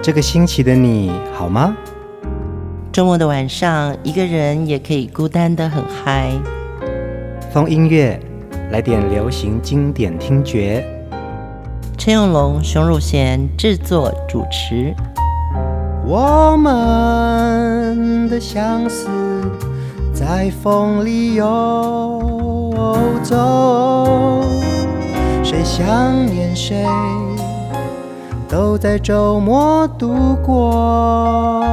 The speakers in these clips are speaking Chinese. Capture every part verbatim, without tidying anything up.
这个星期的你好吗？ 周末的晚上，一个人也可以孤单得很嗨。 风音乐，来点流行经典听觉。 陈永龙、熊汝贤制作主持。 我们的相思在风里游走，谁想念谁都在周末度过，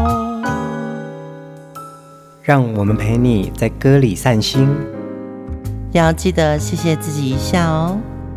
让我们陪你在歌里散心， 要记得谢谢自己一下哦。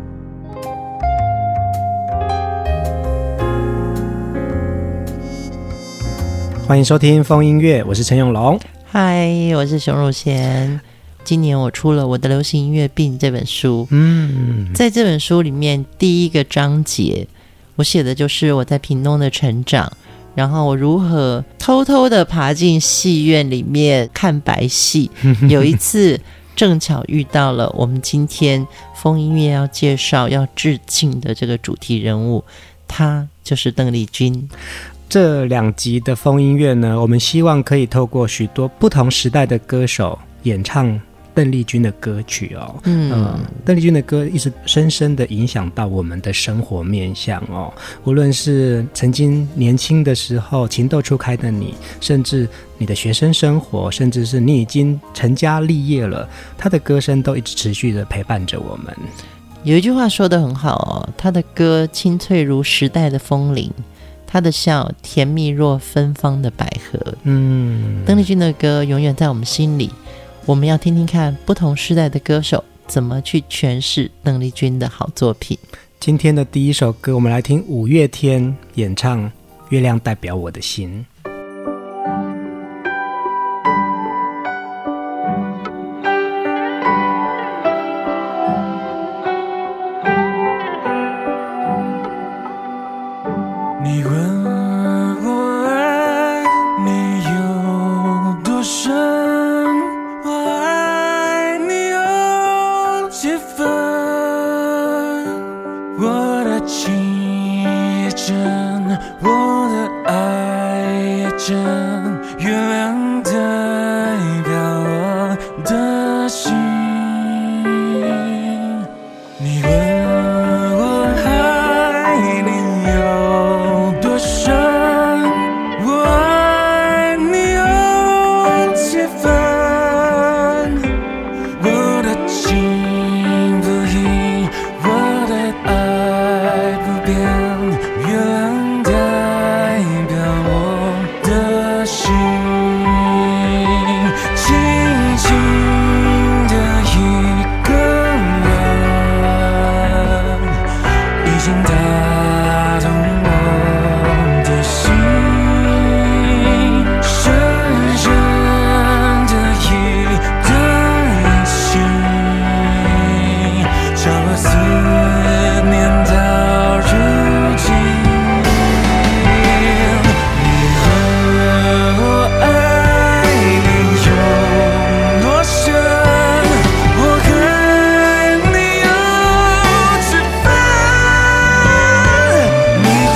欢迎收听风音乐，我是陈永龙。 嗨，我是熊汝贤。今年我出了我的流行音乐病这本书。 嗯， 在这本书里面，第一个章节我写的就是我在屏东的成长，然后我如何偷偷的爬进戏院里面看白戏。有一次正巧遇到了我们今天风音乐要介绍要致敬的这个主题人物，他就是邓丽君。 这两集的风音乐呢，我们希望可以透过许多不同时代的歌手演唱邓丽君的歌曲哦。嗯、呃，邓丽君的歌一直深深的影响到我们的生活面向哦。无论是曾经年轻的时候情窦初开的你，甚至你的学生生活，甚至是你已经成家立业了，她的歌声都一直持续的陪伴着我们。 有一句话说得很好哦，她的歌清脆如时代的风铃，她的笑甜蜜若芬芳的百合。嗯，邓丽君的歌永远在我们心里。我们要听听看不同时代的歌手怎么去诠释邓丽君的好作品。 今天的第一首歌，我们来听五月天演唱《月亮代表我的心》。 你问我爱你有多深，我爱你有几分，我的情也真，我的爱也真，月亮代表我的心。你问我爱你有多深，我爱你有几分，我的情不移，我的爱不变，月亮代表我的心。轻轻的一个吻，已经打动我的心，深深的一段情，叫我思念到如今。你问我爱你有多深，我爱你有几分，你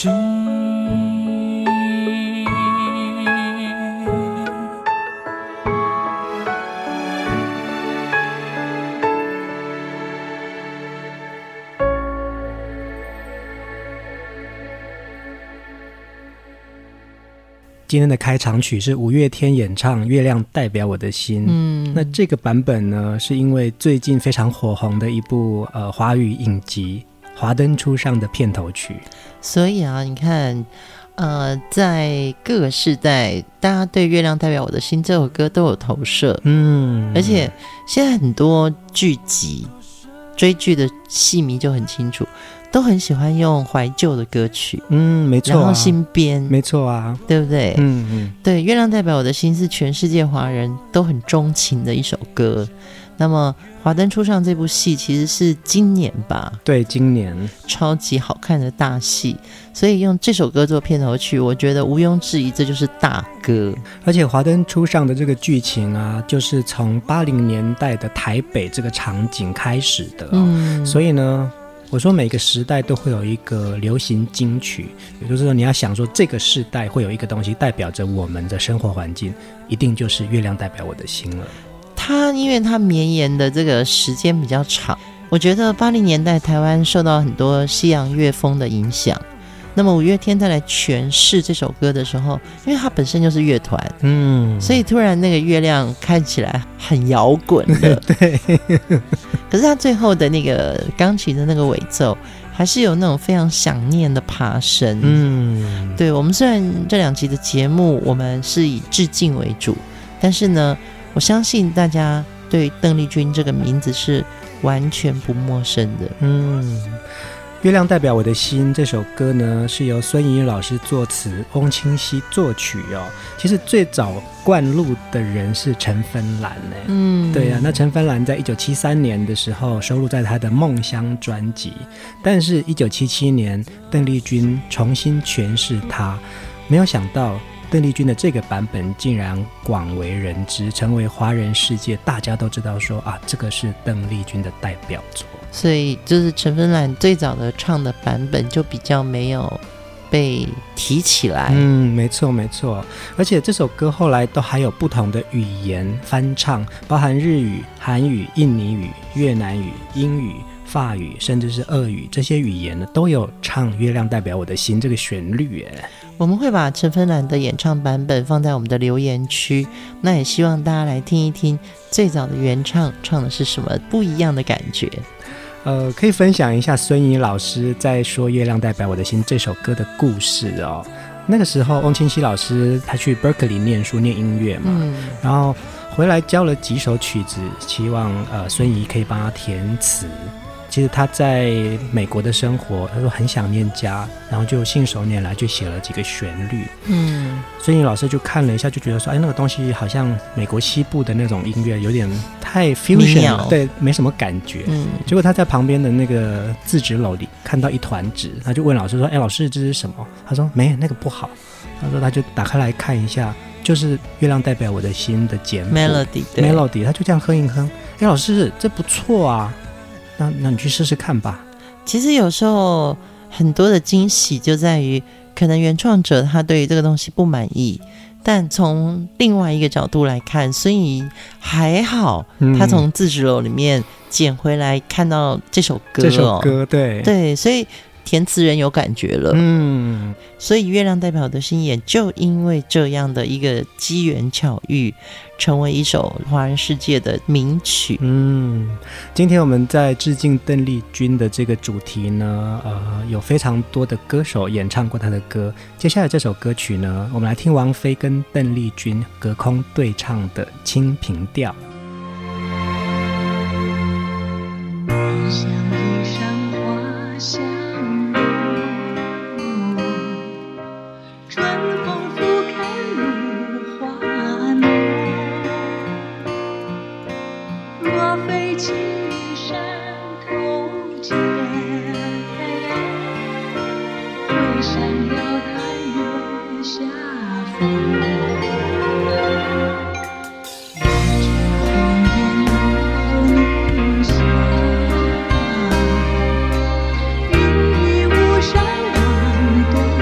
心。 今天的开场曲是五月天演唱《月亮代表我的心》。嗯，那这个版本呢，是因为最近非常火红的一部呃华语影集《华灯初上》的片头曲。 所以啊，你看，呃，在各个世代，大家对《月亮代表我的心》这首歌都有投射。嗯，而且现在很多剧集、追剧的戏迷就很清楚。都很喜欢用怀旧的歌曲， 嗯，没错、啊， 然后新编， 没错啊， 对不对？ 嗯嗯， 对，《月亮代表我的心》是全世界华人都很钟情的一首歌。那么《华灯初上》这部戏其实是今年吧？ 对，今年超级好看的大戏，所以用这首歌做片头曲，我觉得毋庸置疑，这就是大歌。 而且《华灯初上》的这个剧情啊，就是从八零年代的台北这个场景开始的、哦，嗯，所以呢。我说每个时代都会有一个流行金曲，也就是说你要想说这个时代会有一个东西代表着我们的生活环境，一定就是月亮代表我的心了。 它因为它绵延的这个时间比较长，我觉得八零年代台湾受到很多西洋乐风的影响。那么五月天在来诠释这首歌的时候，因为它本身就是乐团，嗯，所以突然那个月亮看起来很摇滚的， 对。 可是它最后的那个钢琴的那个尾奏，还是有那种非常想念的爬升。嗯，对，我们虽然这两集的节目我们是以致敬为主，但是呢，我相信大家对邓丽君这个名字是完全不陌生的。 嗯。月亮代表我的心这首歌呢，是由孙怡老师作词，翁清溪作曲哦。其实最早灌录的人是陈芬兰呢。嗯，对啊，那陈芬兰在一九七三年的时候收录在他的《梦乡》专辑，但是一九七七年邓丽君重新诠释它，没有想到邓丽君的这个版本竟然广为人知，成为华人世界大家都知道说啊，这个是邓丽君的代表作。 所以就是陈芬兰最早的唱的版本就比较没有被提起来。 嗯，没错没错。而且这首歌后来都还有不同的语言翻唱，包含日语、韩语、印尼语、越南语、英语、法语，甚至是俄语，这些语言呢都有唱《月亮代表我的心》这个旋律耶。 我们会把陈芬兰的演唱版本放在我们的留言区，那也希望大家来听一听最早的原唱唱的是什么不一样的感觉。 呃，可以分享一下孙怡老师在说《月亮代表我的心》这首歌的故事哦。那个时候翁清溪老师他去 Berkeley 念书念音乐嘛、嗯、然后回来教了几首曲子，希望呃孙怡可以帮他填词。其实他在美国的生活，他说很想念家，然后就信手拈来就写了几个旋律。嗯，孙怡老师就看了一下，就觉得说，哎，那个东西好像美国西部的那种音乐有点太 fusion 了，对，没什么感觉。嗯，结果他在旁边的那个字纸篓里看到一团纸，他就问老师说，哎，老师这是什么？他说没，那个不好。他说他就打开来看一下，就是《月亮代表我的心》的简谱 melody melody， 他就这样哼一哼，哎，老师这不错啊。那, 那你去试试看吧。 其实有时候很多的惊喜就在于，可能原创者他对于这个东西不满意，但从另外一个角度来看，孙怡还好、嗯、他从字纸篓里面捡回来看到这首歌、哦、 这首歌对对，所以填词人有感觉了。嗯，所以月亮代表的心也就因为这样的一个机缘巧遇，成为一首华人世界的名曲。 嗯，今天我们在致敬邓丽君的这个主题呢，呃，有非常多的歌手演唱过她的歌。接下来这首歌曲呢，我们来听王菲跟邓丽君隔空对唱的《清平调》。 云雨巫山望断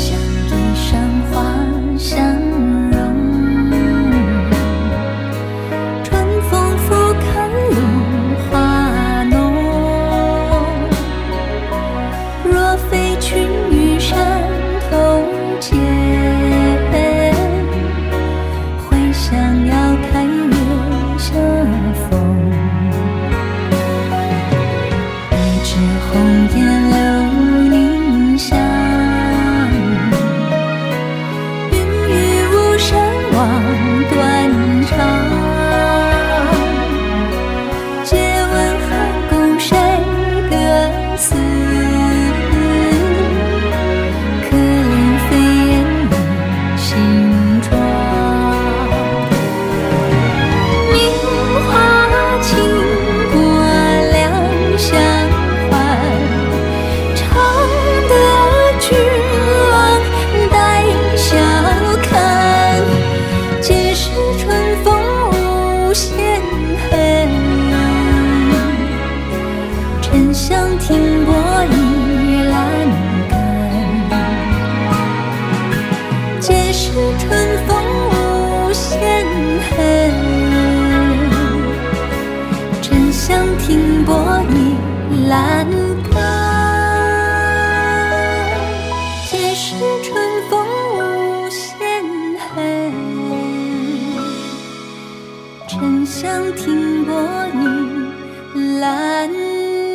像一山花相融，春风拂看露花浓。若非群玉山头见，会想要开月相逢。一枝红颜留凝香，云雨巫山望断肠。借问汉宫谁歌思？可怜飞燕倚新妆。名花倾国两相还，常得君王带笑看。皆是春风无限恨，沉香停泊倚栏杆。皆是春风无限恨，沉香停泊倚栏杆。皆是春风无限恨，沉香停泊倚栏杆。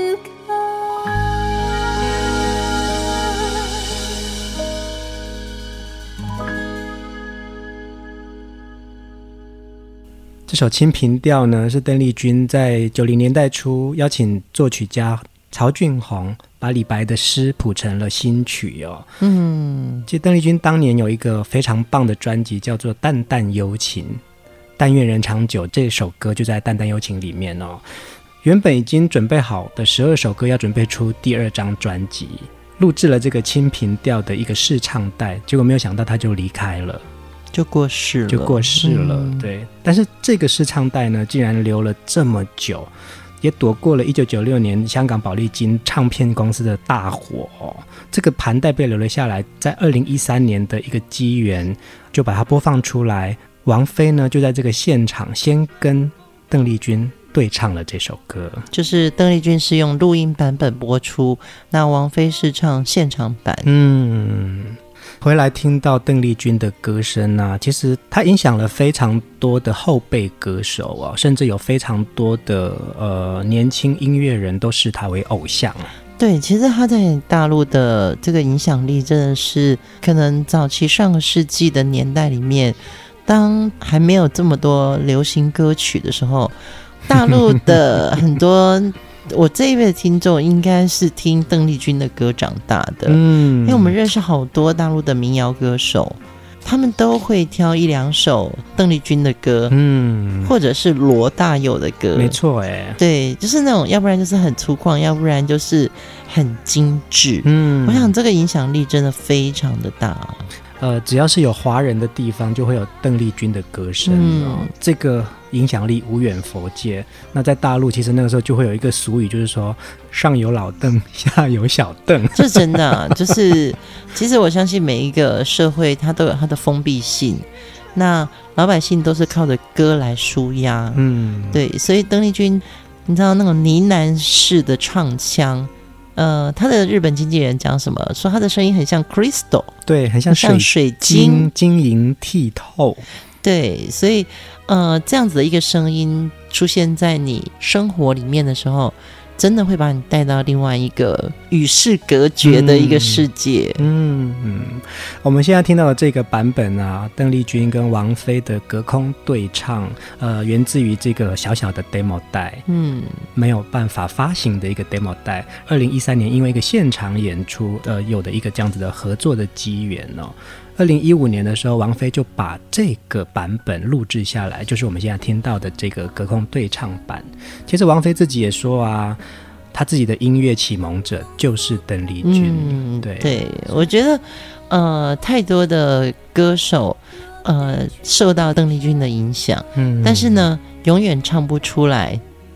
这首《清平调》呢，是邓丽君在九零年代初邀请作曲家曹俊宏把李白的诗谱成了新曲哦。嗯，其实邓丽君当年有一个非常棒的专辑，叫做《淡淡幽情》，但愿人长久这首歌就在《淡淡幽情》里面哦。原本已经准备好的十二首歌要准备出第二张专辑，录制了这个《清平调》的一个试唱带，结果没有想到他就离开了。 就过世了， 就过世了、嗯、对。但是这个试唱带呢竟然留了这么久，也躲过了一九九六年香港宝丽金唱片公司的大火、哦、这个盘带被留了下来，在二零一三年的一个机缘就把它播放出来。王菲呢就在这个现场先跟邓丽君对唱了这首歌， 就是邓丽君是用录音版本播出，那王菲是唱现场版。 嗯，回来听到邓丽君的歌声啊，其实她影响了非常多的后辈歌手啊，甚至有非常多的呃年轻音乐人都视她为偶像。 对，其实她在大陆的这个影响力真的是可能早期上个世纪的年代里面，当还没有这么多流行歌曲的时候，大陆的很多我这一辈的听众应该是听邓丽君的歌长大的，嗯，因为我们认识好多大陆的民谣歌手，他们都会挑一两首邓丽君的歌，嗯，或者是罗大佑的歌， 没错哎， 对，就是那种要不然就是很粗犷，要不然就是很精致，嗯，我想这个影响力真的非常的大。 呃，只要是有华人的地方，就会有邓丽君的歌声、哦嗯、这个影响力无远弗届。那在大陆，其实那个时候就会有一个俗语，就是说上有老邓，下有小邓。 这真的、啊，就是其实我相信每一个社会它都有它的封闭性，那老百姓都是靠着歌来抒压，嗯，对，所以邓丽君，你知道那种呢喃式的唱腔。呃，他的日本经纪人讲什么？说他的声音很像 crystal， 对，很像 水, 像水晶， 晶莹剔透。 对，所以呃，这样子的一个声音出现在你生活里面的时候，真的会把你带到另外一个与世隔绝的一个世界。嗯 嗯, 嗯， 我们现在听到的这个版本啊，邓丽君跟王菲的隔空对唱，呃，源自于这个小小的 demo 带，嗯，没有办法发行的一个 demo 带。二零一三年因为一个现场演出，呃，有的一个这样子的合作的机缘哦。二零一五年的时候，王菲就把这个版本录制下来，就是我们现在听到的这个隔空对唱版。其实王菲自己也说啊，她自己的音乐启蒙者就是邓丽君。嗯，对对，我觉得呃，太多的歌手呃受到邓丽君的影响，嗯，但是呢，永远唱不出来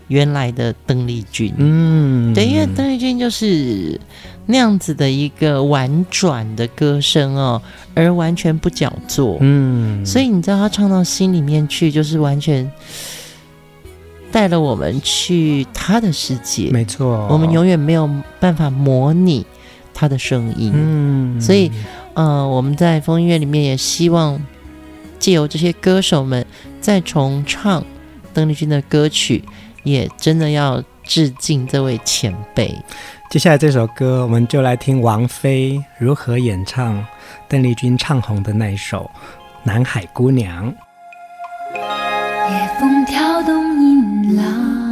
原来的邓丽君。 嗯， 对，因为邓丽君就是那样子的一个婉转的歌声哦，而完全不矫作。嗯，所以你知道她唱到心里面去，就是完全带了我们去她的世界。 没错， 我们永远没有办法模拟她的声音。嗯，所以呃，我们在风音乐里面也希望借由这些歌手们再重唱邓丽君的歌曲，也真的要致敬这位前辈。 接下来这首歌，我们就来听王菲如何演唱邓丽君唱红的那一首《南海姑娘》。 夜风挑动银浪，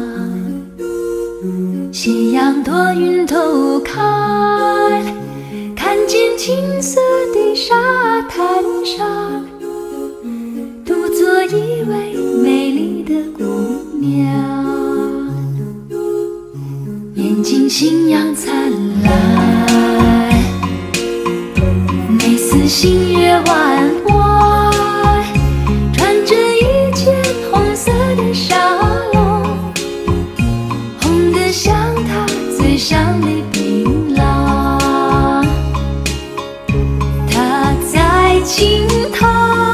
夕阳多云透开，看见青色的沙滩上，独坐一位美丽的姑娘，眼睛星阳灿烂，美似星月弯弯，穿着一件红色的纱笼，红得像她嘴上的槟榔，她在轻弹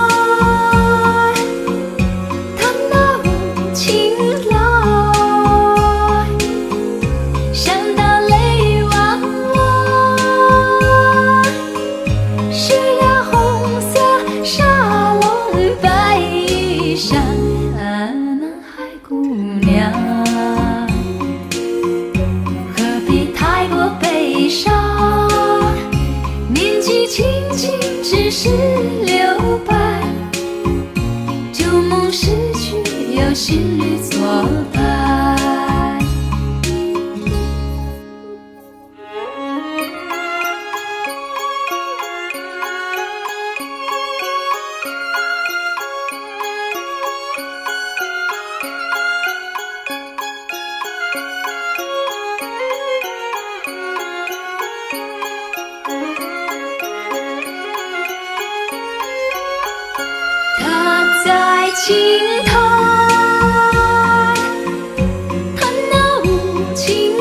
只是留白，旧梦逝去，有新侣作伴。在轻弹，弹那无情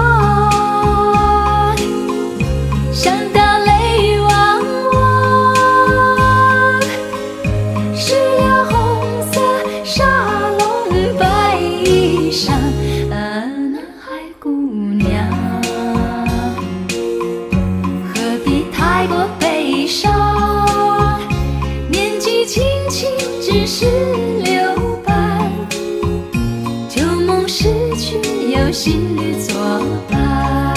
郎，想到泪汪汪，湿了红色纱笼白衣裳，啊，南海姑娘，何必太过悲伤？年纪轻轻只是留伴，旧梦逝去，有新侣作伴。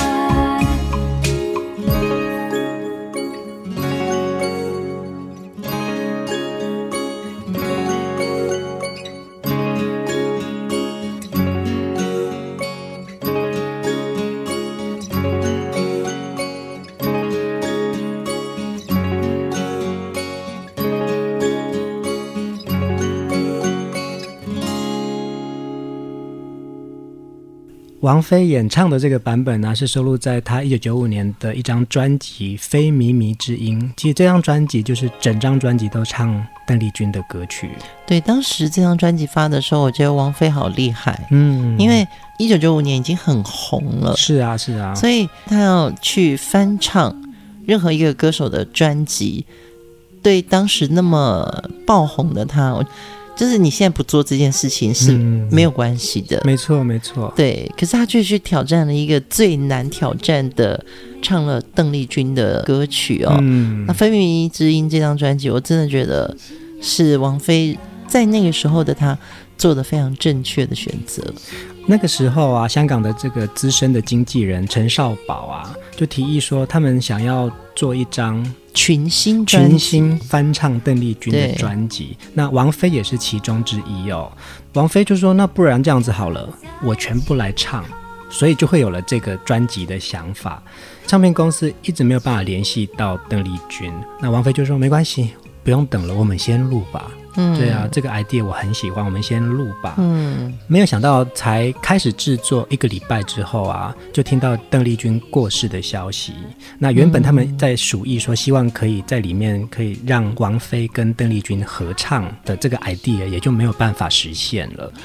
王菲演唱的这个版本呢，是收录在她一九九五年的一张专辑《非靡靡之音》。其实这张专辑就是整张专辑都唱邓丽君的歌曲。 对，当时这张专辑发的时候，我觉得王菲好厉害，嗯，因为一九九五年已经很红了， 是啊是啊， 所以她要去翻唱任何一个歌手的专辑，对当时那么爆红的她，就是你现在不做这件事情是没有关系的， 嗯、没错没错。 对，可是他却去挑战了一个最难挑战的，唱了邓丽君的歌曲哦。嗯、那《非靡靡之音》这张专辑，我真的觉得是王菲在那个时候的她做的非常正确的选择。 那个时候啊，香港的这个资深的经纪人陈少宝啊，就提议说，他们想要做一张群星专辑， 群星翻唱邓丽君的专辑，那王菲也是其中之一哦。王菲就说，那不然这样子好了，我全部来唱，所以就会有了这个专辑的想法。唱片公司一直没有办法联系到邓丽君，那王菲就说没关系，不用等了，我们先录吧。嗯，对啊，这个 idea 我很喜欢，我们先录吧。嗯，没有想到才开始制作一个礼拜之后啊，就听到邓丽君过世的消息。那原本他们在鼠疫说，希望可以在里面可以让王菲跟邓丽君合唱的这个 idea 也就没有办法实现了。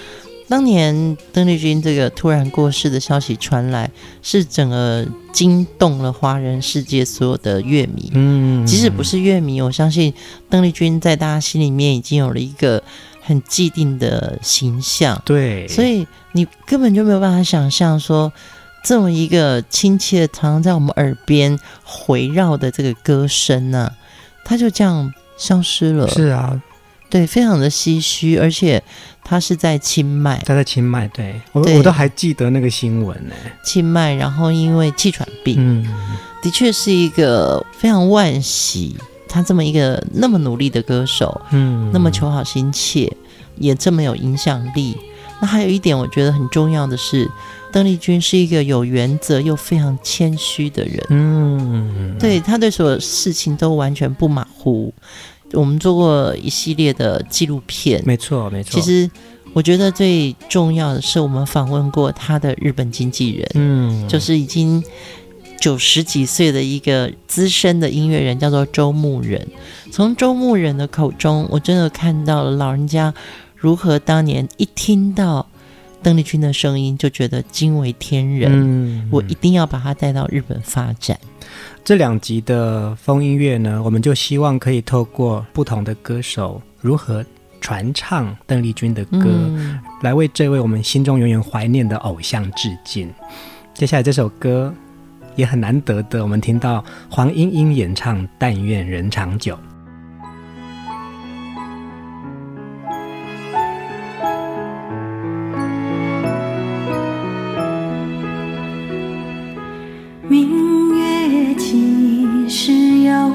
当年邓丽君这个突然过世的消息传来，是整个惊动了华人世界所有的乐迷。嗯，即使不是乐迷，我相信邓丽君在大家心里面已经有了一个很既定的形象。 对， 所以你根本就没有办法想象说，这么一个亲切常常在我们耳边回绕的这个歌声啊，它就这样消失了。 是啊， 对，非常的唏嘘，而且他是在清迈， 他在清迈，对，我对我都还记得那个新闻呢。 清迈，然后因为气喘病， 嗯， 的确是一个非常惋惜。他这么一个那么努力的歌手，嗯，那么求好心切，也这么有影响力。那还有一点，我觉得很重要的是，邓丽君是一个有原则又非常谦虚的人。嗯，对，他对所有事情都完全不马虎。我们做过一系列的纪录片， 没错没错。 其实我觉得最重要的是，我们访问过他的日本经纪人，嗯，就是已经九十几岁的一个资深的音乐人，叫做周牧人。从周牧人的口中，我真的看到了老人家如何当年一听到邓丽君的声音就觉得惊为天人，嗯，我一定要把她带到日本发展。 这两集的风音乐呢，我们就希望可以透过不同的歌手如何传唱邓丽君的歌，嗯，来为这位我们心中永远怀念的偶像致敬。接下来这首歌也很难得的，我们听到黄莺莺演唱《但愿人长久》。 明月几时有，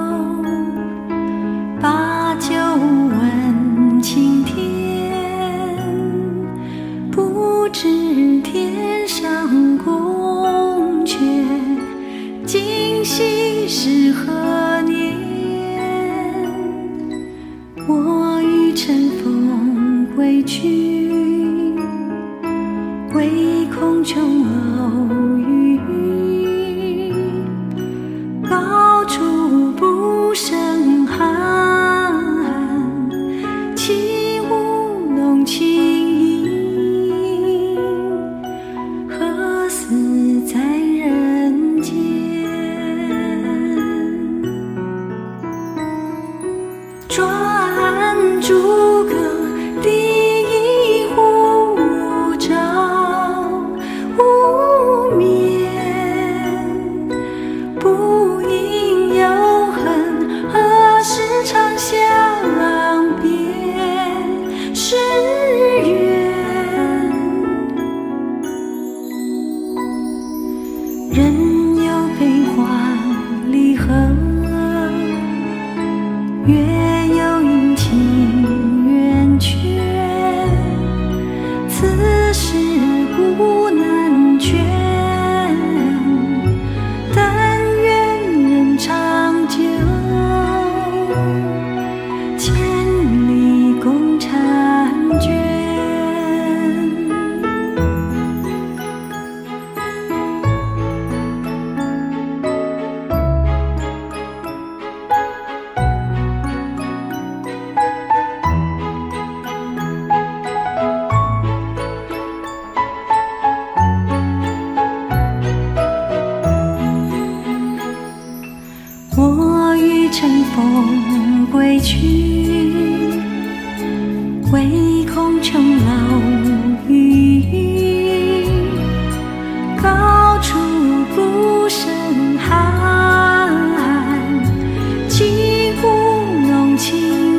把酒问青天，不知天上宫阙，今夕是何年？我欲乘风归去，唯恐琼楼玉宇，高处不胜寒，起舞弄清影，何似在人间？转朱阁，第一壶照无眠，不应有恨，何时长相别时圆？人有悲欢离合，月有阴晴圆缺，此事古难全，但愿人长久，千里共婵娟。我欲乘风归去，唯恐琼楼玉宇，高处不胜寒，起舞弄清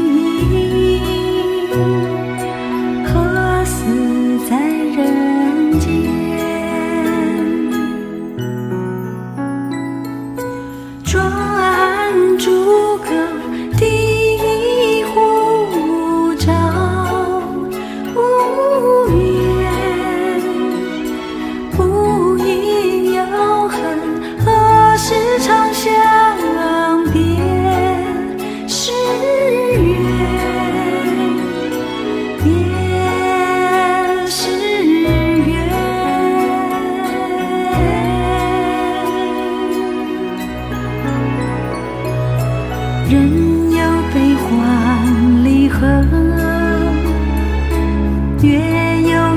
影，何似在人间？转朱阁，第一壶照无缘，不应有恨，何时长相别时圆？别时圆。人有悲欢离合，月有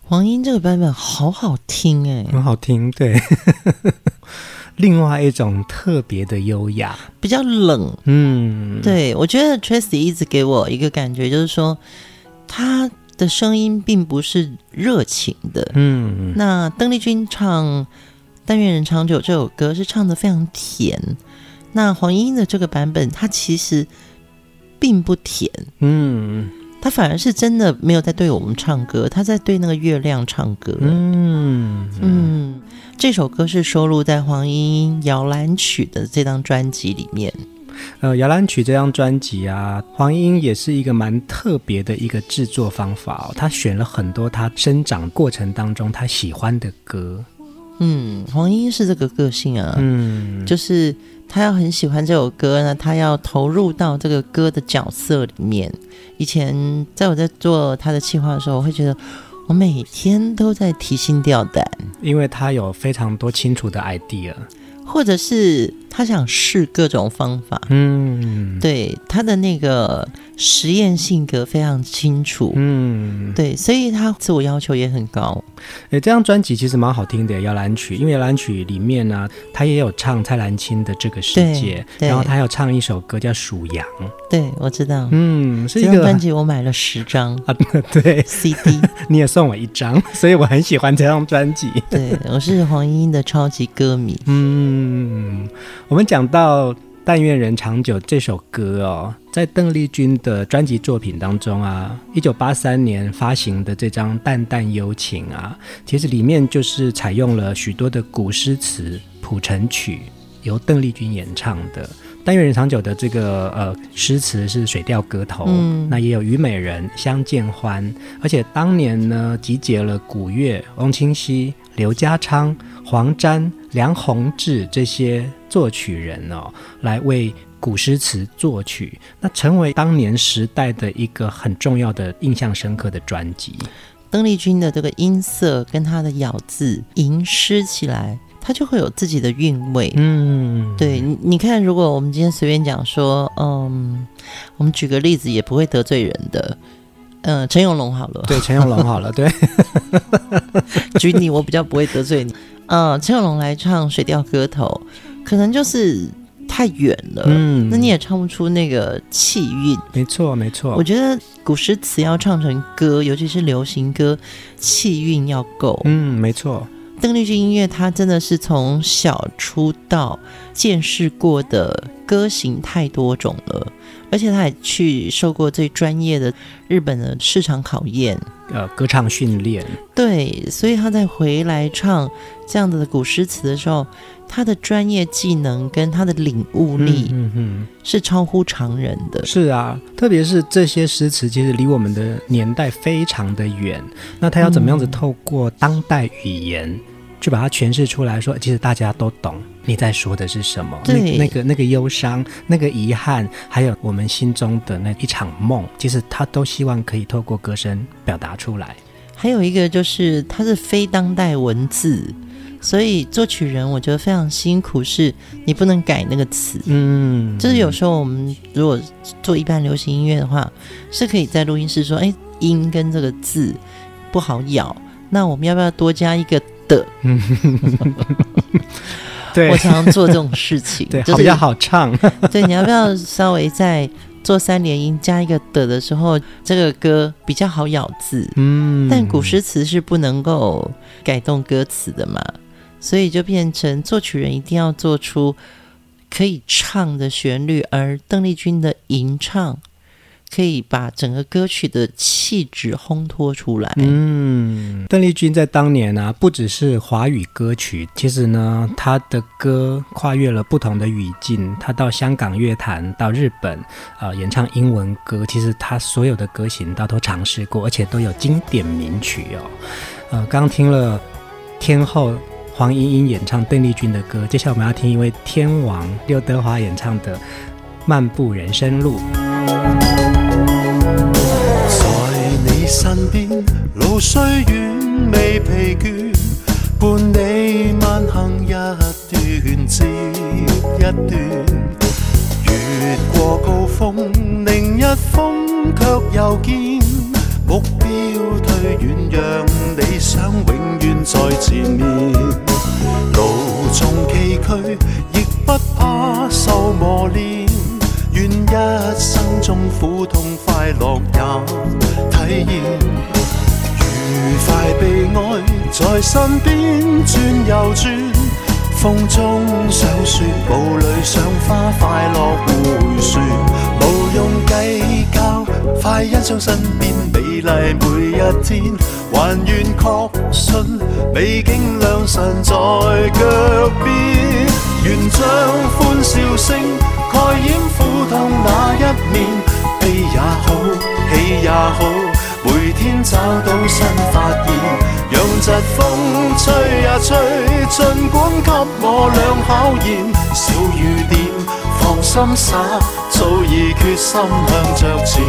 黄英这个版本好好听哎、欸， 很好听，对。另外一种特别的优雅， 比较冷。嗯，对，我觉得 Tracy 一直给我一个感觉，就是说他的声音并不是热情的。嗯，那邓丽君唱《但愿人长久》这首歌是唱得非常甜，那黄莺莺的这个版本，它其实并不甜。嗯。他反而是真的没有在对我们唱歌，他在对那个月亮唱歌。嗯嗯，这首歌是收录在黄莺莺《摇篮曲》的这张专辑里面。 呃，《摇篮曲》这张专辑啊，黄莺莺也是一个蛮特别的一个制作方法哦。他选了很多他生长过程当中他喜欢的歌。 嗯，黄莺莺是这个个性啊，嗯，就是他要很喜欢这首歌呢，他要投入到这个歌的角色里面。以前在我在做他的企划的时候，我会觉得我每天都在提心吊胆， 因为他有非常多清楚的 idea， 或者是他想试各种方法。嗯，对，他的那个实验性格非常清楚。嗯，对，所以他自我要求也很高。 诶，这张专辑其实蛮好听的，《摇篮曲》，因为《摇篮曲》里面呢、啊，他也有唱蔡澜清的《这个世界》，然后他还有唱一首歌叫《属羊》。 对，我知道。 嗯，是一个这张专辑我买了十张啊，对 ，C D， 你也送我一张，所以我很喜欢这张专辑。 对，我是黄莺莺的超级歌迷。 嗯，我们讲到《但愿人长久》这首歌哦，在邓丽君的专辑作品当中啊，一九八三年发行的这张《淡淡幽情》啊，其实里面就是采用了许多的古诗词谱成曲，由邓丽君演唱的。但愿人长久的这个呃诗词是水调歌头，嗯，那也有虞美人、相见欢，而且当年呢集结了古乐、翁清溪、刘家昌、黄沾、梁鸿志这些作曲人哦，来为古诗词作曲，那成为当年时代的一个很重要的、印象深刻的专辑。 邓丽君的这个音色跟她的咬字吟诗起来，它就会有自己的韵味。嗯，对，你你看，如果我们今天随便讲说，嗯，我们举个例子也不会得罪人的，嗯，陈永龙好了， 对，陈永龙好了，对， 举你我比较不会得罪你，嗯，陈永龙来唱水调歌头，可能就是太远了，嗯，那你也唱不出那个气韵。 没错，没错。 我觉得古诗词要唱成歌，尤其是流行歌，气韵要够。 嗯，没错。 邓丽君音乐她真的是从小出道见识过的歌型太多种了，而且她也去受过最专业的日本的市场考验， 呃，歌唱训练。 对，所以她在回来唱这样的古诗词的时候，她的专业技能跟她的领悟力嗯嗯是超乎常人的。 是啊，特别是这些诗词其实离我们的年代非常的远，那她要怎么样子透过当代语言去把它诠释出来，说其实大家都懂你在说的是什么，那那个那个忧伤、那个遗憾，还有我们心中的那一场梦，其实他都希望可以透过歌声表达出来。 还有一个就是它是非当代文字，所以作曲人我觉得非常辛苦，是你不能改那个词。嗯，就是有时候我们如果做一般流行音乐的话，是可以在录音室说，哎，音跟这个字不好咬，那我们要不要多加一个的？ 对， 我常常做这种事情， 对， 就是、 比较好唱。 对，你要不要稍微在做三连音加一个的的时候，这个歌比较好咬字。嗯，但古诗词是不能够改动歌词的嘛，所以就变成作曲人一定要做出可以唱的旋律，而邓丽君的吟唱可以把整个歌曲的气质烘托出来。 嗯，邓丽君在当年啊，不只是华语歌曲，其实呢，她的歌跨越了不同的语境。她到香港乐坛，到日本，呃，演唱英文歌，其实她所有的歌型她都尝试过，而且都有经典名曲哦。呃，刚听了天后黄莺莺演唱邓丽君的歌，接下来我们要听一位天王刘德华演唱的《漫步人生路》。 身邊路雖遠未疲倦，伴你慢行一段接一段，越過高峰另一峰卻又見，目標推遠讓你願一生中苦痛快樂也體驗，愉快悲哀在身邊轉又轉，風中想說霧裏賞花快樂迴旋，無用計較，快欣賞身邊美麗每一天，還願確信美景良辰在腳邊，願將歡笑聲蓋掩苦痛那一面，悲也好，喜也好，每天找到新發現，讓疾風吹呀吹，儘管給我倆考驗，小雨點放心灑，早已決心向着前。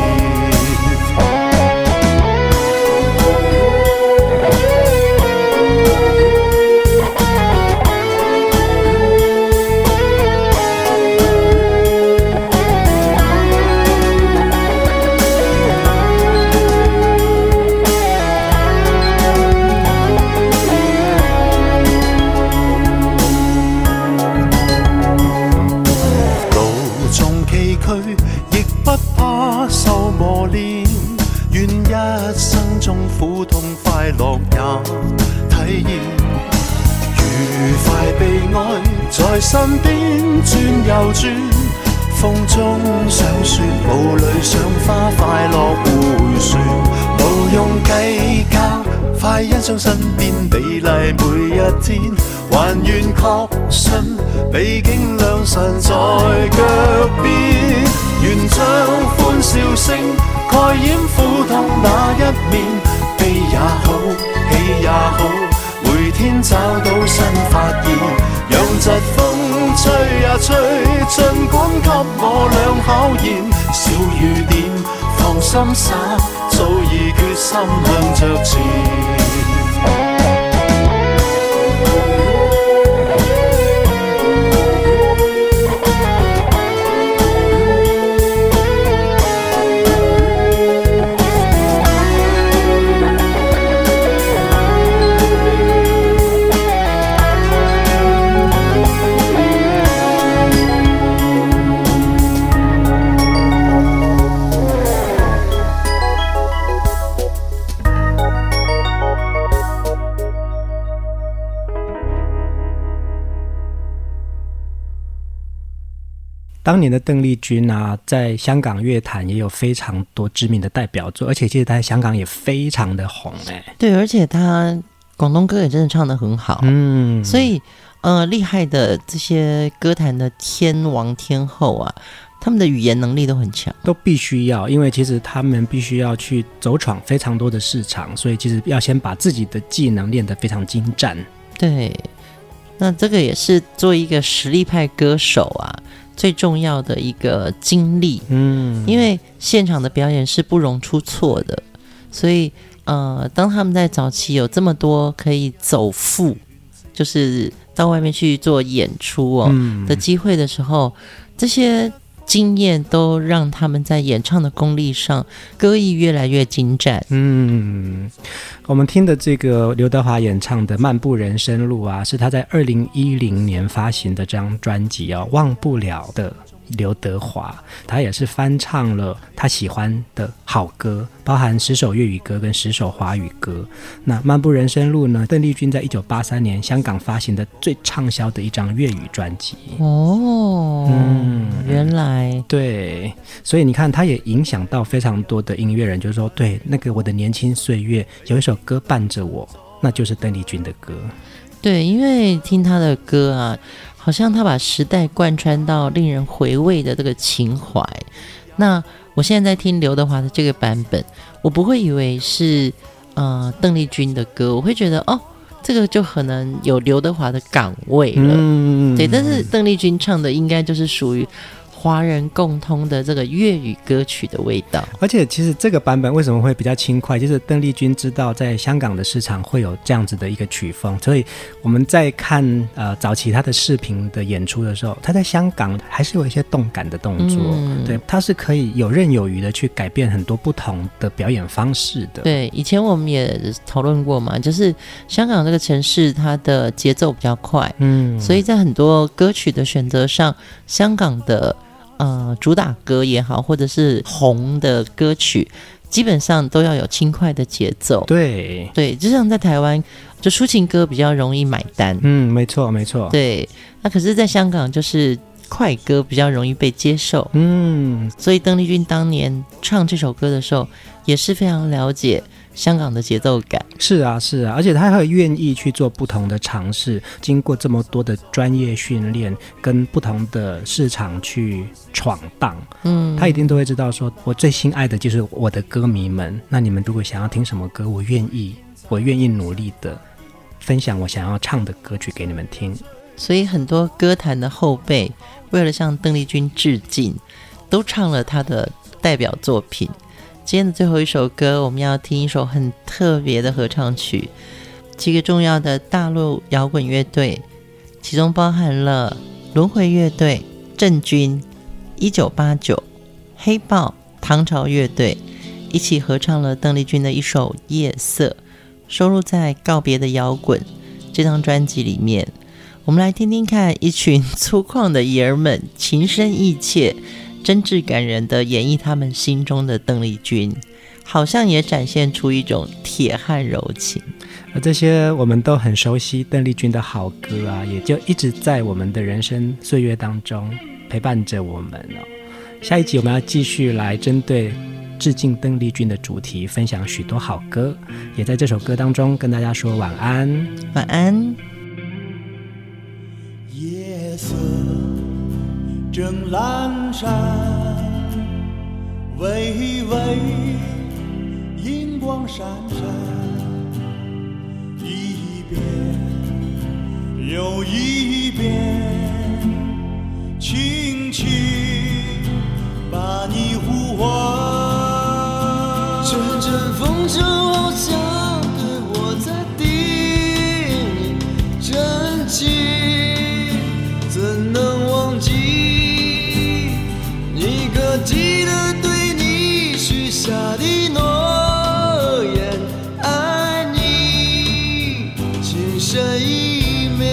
亦不怕受磨練，願一生中苦痛快樂也體驗，愉快悲哀在身邊轉又轉，風中想說霧裏賞花快樂迴旋，無用計較，快欣賞身邊美麗每一天，還願確信美景良辰在腳邊，願將歡笑聲蓋掩苦痛那一面，悲也好，喜也好，每天找到新發現，讓疾風吹呀吹，儘管給我倆考驗，小雨點放心灑，早已決心向着前。 当年的邓丽君啊，在香港乐坛也有非常多知名的代表作，而且其实她在香港也非常的红哎、欸。 对，而且她广东歌也真的唱得很好，嗯，所以呃，厉害的这些歌坛的天王天后啊，他们的语言能力都很强， 都必须要，因为其实他们必须要去走闯非常多的市场，所以其实要先把自己的技能练得非常精湛。 对，那这个也是做一个实力派歌手啊最重要的一个经历，嗯，因为现场的表演是不容出错的，所以呃，当他们在早期有这么多可以走埠，就是到外面去做演出哦、嗯、的机会的时候，这些经验都让他们在演唱的功力上歌艺越来越精湛。 嗯，我们听的这个刘德华演唱的《漫步人生路》啊，是他在二零一零年发行的这张专辑哦，忘不了的刘德华，他也是翻唱了他喜欢的好歌，包含十首粤语歌跟十首华语歌。那《漫步人生路》呢，邓丽君在一九八三年香港发行的最畅销的一张粤语专辑。 哦，嗯，原来对，所以你看，他也影响到非常多的音乐人，就是说，对，那个我的年轻岁月有一首歌伴着我，那就是邓丽君的歌。 对，因为听他的歌啊，好像他把时代贯穿到令人回味的这个情怀。那我现在在听刘德华的这个版本，我不会以为是呃邓丽君的歌，我会觉得哦，这个就可能有刘德华的港味了。嗯，对，但是邓丽君唱的应该就是属于华人共通的这个粤语歌曲的味道。 而且其实这个版本为什么会比较轻快，就是邓丽君知道在香港的市场会有这样子的一个曲风，所以我们在看呃早期她的视频的演出的时候，她在香港还是有一些动感的动作、嗯、对，她是可以有刃有余的去改变很多不同的表演方式的。 对，以前我们也讨论过嘛，就是香港这个城市它的节奏比较快，嗯，所以在很多歌曲的选择上，香港的呃主打歌也好，或者是红的歌曲，基本上都要有轻快的节奏。 对对，就像在台湾，就抒情歌比较容易买单。 嗯，没错没错。 对，那可是在香港就是快歌比较容易被接受。 嗯， 所以邓丽君当年唱这首歌的时候，也是非常了解香港的节奏感。 是啊是啊，而且他会愿意去做不同的尝试，经过这么多的专业训练跟不同的市场去闯荡，嗯，他一定都会知道说，我最心爱的就是我的歌迷们，那你们如果想要听什么歌，我愿意我愿意努力的分享我想要唱的歌曲给你们听。 所以很多歌坛的后辈为了向邓丽君致敬，都唱了她的代表作品。今天的最后一首歌，我们要听一首很特别的合唱曲，几个重要的大陆摇滚乐队，其中包含了轮回乐队、郑钧、一九八九、黑豹、唐朝乐队一起合唱了邓丽君的一首《夜色》，收录在《告别的摇滚》这张专辑里面。我们来听听看一群粗犷的爷儿们情深意切、真挚感人的演绎他们心中的邓丽君，好像也展现出一种铁汉柔情。 而这些我们都很熟悉邓丽君的好歌啊，也就一直在我们的人生岁月当中陪伴着我们哦。下一集我们要继续来针对致敬邓丽君的主题分享许多好歌，也在这首歌当中跟大家说晚安。 晚安。 夜色正阑珊，微微银光闪闪，一遍又一遍，轻轻把你呼唤。阵阵风声好像对我在叮咛，真情怎能忘记？你可记得对你许下的诺言？爱你情深意绵。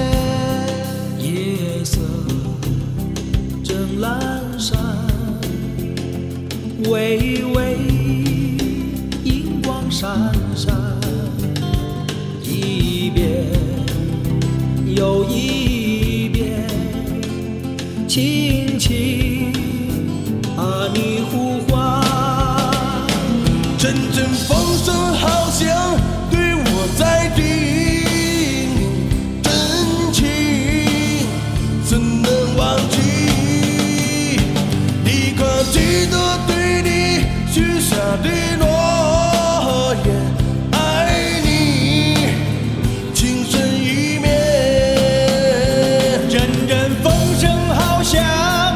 夜色正阑珊，微微银光闪闪，一遍又一遍，轻轻把你呼唤。阵阵风声好像对我在叮咛，真情怎能忘记？你可记得对你许下的诺言？爱你情深意绵。阵阵风声好像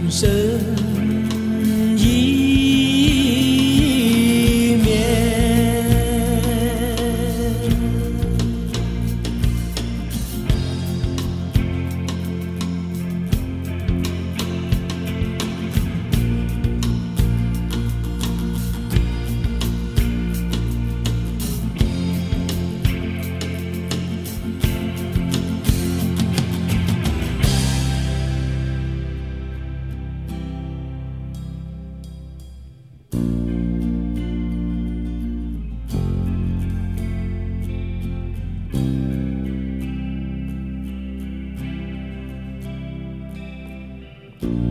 生一面。 嗯。